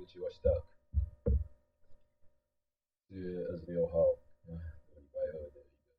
起，我是 Duck。4月26号，这个礼拜二的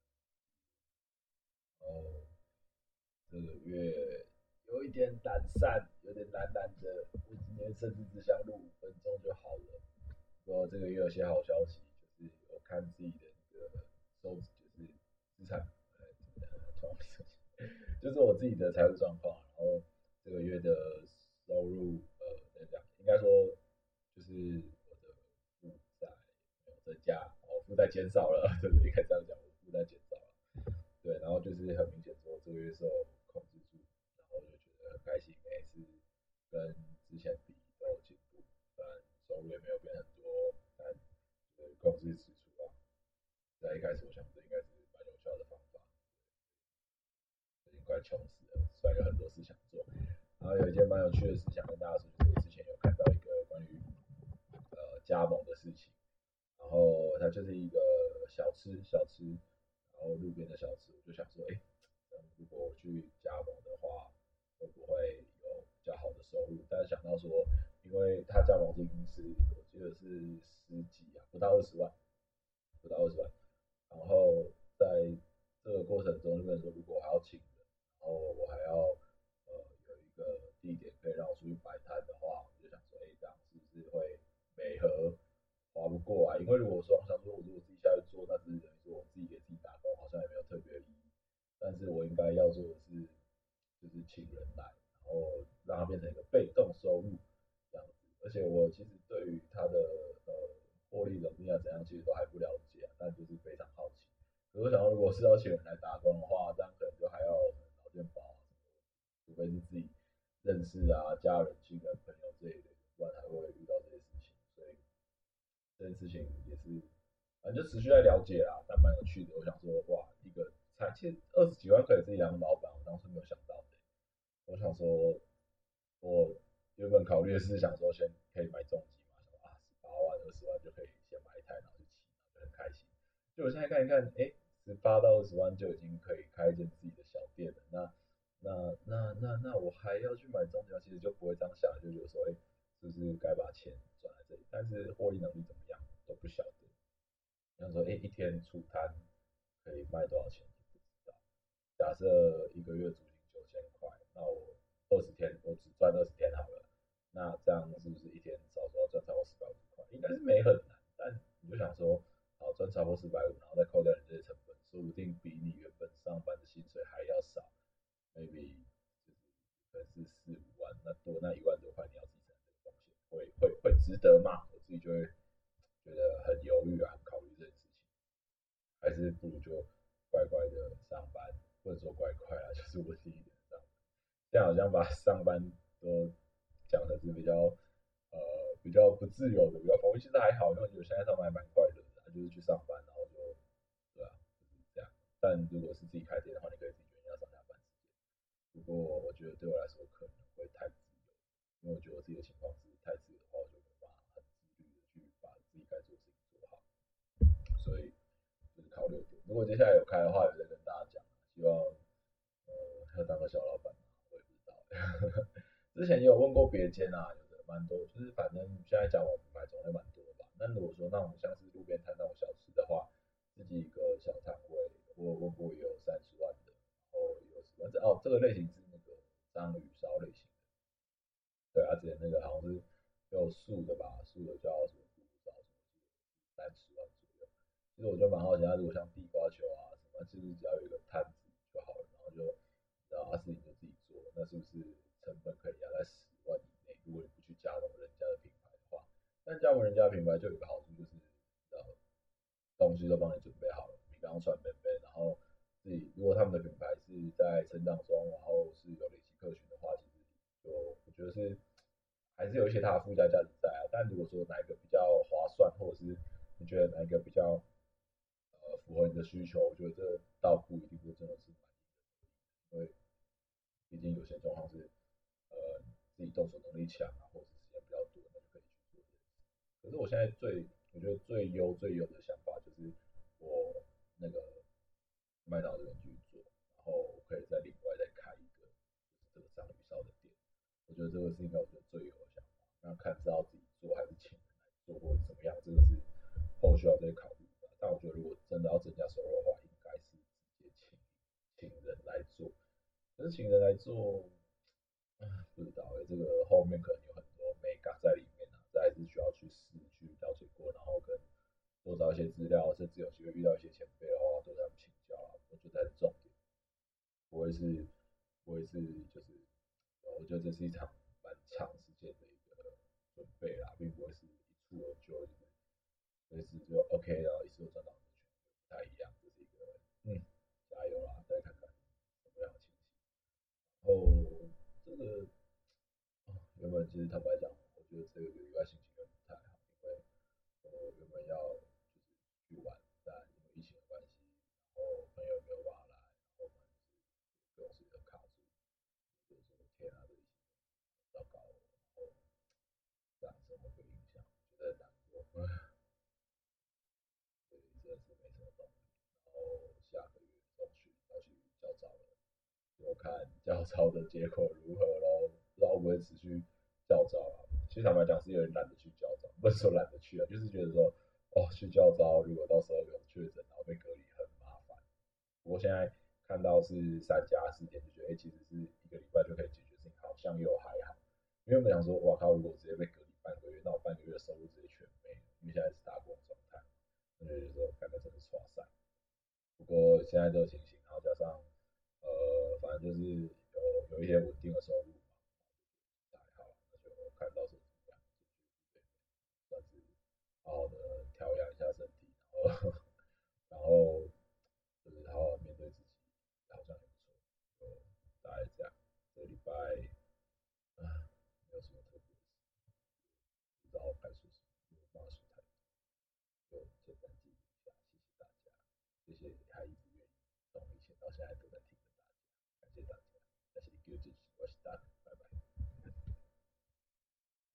哦，这个月有一点懒散，有点懒懒的。我今天甚至只想录5分钟就好了。不过这个月有些好消息，就是我看自己的那个就是资产，突然就是我自己的财务状况，然后这个月的收入，怎么讲？应该说就是我的负债没有增加，负债减少了，对不对？应该这样讲，我负债减少了。对，然后就是很明显说这个月是有控制住，然后就觉得很开心，每次跟之前比都有进步，虽然收入也没有变很多，但就是控制支出啊。在一开始我想这应该是蛮有效的方法，最近快穷死了，虽然有很多事想做。然后有一件蛮有趣的事想跟大家说，就是我之前有看到一个关于加盟的事情，然后它就是一个小吃，然后路边的小吃，我就想说，如果我去加盟的话，会不会有比较好的收入？但是想到说，因为他加盟金是我记得是十几啊，不到20万，不到20万。然后在这个过程中，就变成说，如果我还要请人，然后我还要有一个地点可以让我出去摆摊的话，我就想说，这样是不是会美合划不过来？因为如果说我想说，我如果自己下去做，那只是等于说我自己给自己打工，好像也没有特别的意义。但是我应该要做的是，就是请人来，然后让它变成一个被动收入这样子。而且我其实对于它的呃获利能力啊怎样，其实都还不了解啊，但就是非常好奇。可是我想到，如果是要请人来打工的话，这样可能就还要劳健保啊什么的，除非是自己认识啊、家人、亲人、朋友之类的，不然才会遇到这些事情。所以这件事情也是，反正就持续在了解啦，但蛮有趣的。我想说，哇，一个才其实20几万可以自己当老板，我当时没有想到的。我想说，我原本考虑的是想说先可以买重机嘛，想说18万、20万就可以先买一台，然后就骑，然后就很开心。就我现在看一看，18到20万就已经可以开一间自己的小店了。那我还要去买重机，其实就不会这样想，就觉得说，是不是该把钱赚在这里？但是获利能力怎么样都不晓得。想说，一天出摊可以卖多少钱不知道。假设一个月租金9000块，那我20天，我只赚20天好了。那这样是不是一天少说要赚超过450块？应该是没很难，但你就想说，好赚超过450，然后再扣掉你这些成本，说不定比你原本上班的薪水还要少，maybe 就是可能是4、5万，那多那1万多块你要自己承担这个风险，会值得吗？我自己就会觉得很犹豫啊，很考虑这件事情。还是不如就乖乖的上班，或者说乖乖啊，就是稳定一点上班。这样好像把上班都讲的是比较不自由的，比较封闭。其实还好，因为我觉得现在上班还蛮快乐的，就是去上班，然后就对啊，就是这样。但如果是自己开店的话，你可以自己决定要上下班时间。不过我觉得对我来说可能会太自由，因为我觉得我自己的情况是太自由的话，我就没办法很自律的去把自己该做的事情做好。所以就是考虑点。如果接下来有开的话，也再跟大家讲。希望要当个小老板，我也不知道。之前也有问过别间啊，有的蛮多，就是反正现在讲我品牌种类蛮多的吧。那如果说那种像是路边摊那种小吃的话，自己一个小摊位，我问过也有30万的，然后也有10万。这个类型是那个章鱼烧类型的。对啊，之前那个好像是有素的吧，素的叫什么猪烧什么，30万左右。其实我就蛮好奇，他如果像地瓜球啊什么，是不是只要有一个摊子就好了，然后就然后阿司你就自己做，那是不是成本可以压在10万以内？如果你不去加盟人家的品牌的话，但加盟人家的品牌就有一个好处就是，东西都帮你准备好了，你刚刚传本本，然后自己如果他们的品牌是在成长中，然后是有累积客群的话，其实就我觉得是还是有一些它的附加价值在啊。但如果说哪一个比较划算，或者是你觉得哪一个比较符合你的需求，我觉得这倒不一定会真的是满意的，因为毕竟有些状况是自己动手能力强啊，或者是时间比较多，那就可以去做这件事。可是我现在我觉得最优的想法就是我那个麦当劳这边去做，然后我可以再另外再开一个就是这个章鱼烧的店。我觉得这个是应该我觉得最优的想法。那看是要自己做还是请行人来做，不知道这个后面可能有很多 mega 在里面啊，这还是需要去试去了解过，然后跟多找一些资料，甚至有机会遇到一些前辈的话，多向他们请教啊，我觉得很重点，不会是不会是就是，我觉得这是一场蛮长时间的一个准备啦，并不会是一蹴而就，就是随时就 OK，然后一次就赚到很多钱，不太一样，这是一个加油啦，再看看什么样的情形。然后这个原本其实坦白讲，我觉得这个礼拜心情有点不太好，因为我原本要就是去玩，但因为疫情的关系，然后朋友也没有办法来，然后我们就是各种事情都卡住，就是说天啊，这疫情糟糕，然后这样生活会影响，觉得很难过，所以真的是没什么动力。然后下个月中旬要去教招了。我看教招的结果如何咯，不知道会不会持续教招啊？其实坦白讲是有点懒得去教招，不是说懒得去啊，就是觉得说，哦，去教招如果到时候有确诊，然后被隔离很麻烦。不过现在看到是3+4天，就觉得其实是一个礼拜就可以解决事情，好像又还好。因为我们想说，哇靠，如果直接被隔离半个月，那我半个月的收入直接全没了，因为现在是打工状态，那就觉得说，感觉真的是哇塞。不过现在这个情形，然后加上反正就是有一些稳定的收入嘛，还好，那就看到时候怎么样，对，算是好好的调养一下身体，然后然后就是好好面对自己，好像也不错，就大概这样。这个礼拜没有什么特别的事，不知道该说什么，没有办法说太多，就简单记录一下，谢谢大家，谢谢还一直愿意从以前到现在都在听的大家，感谢大家。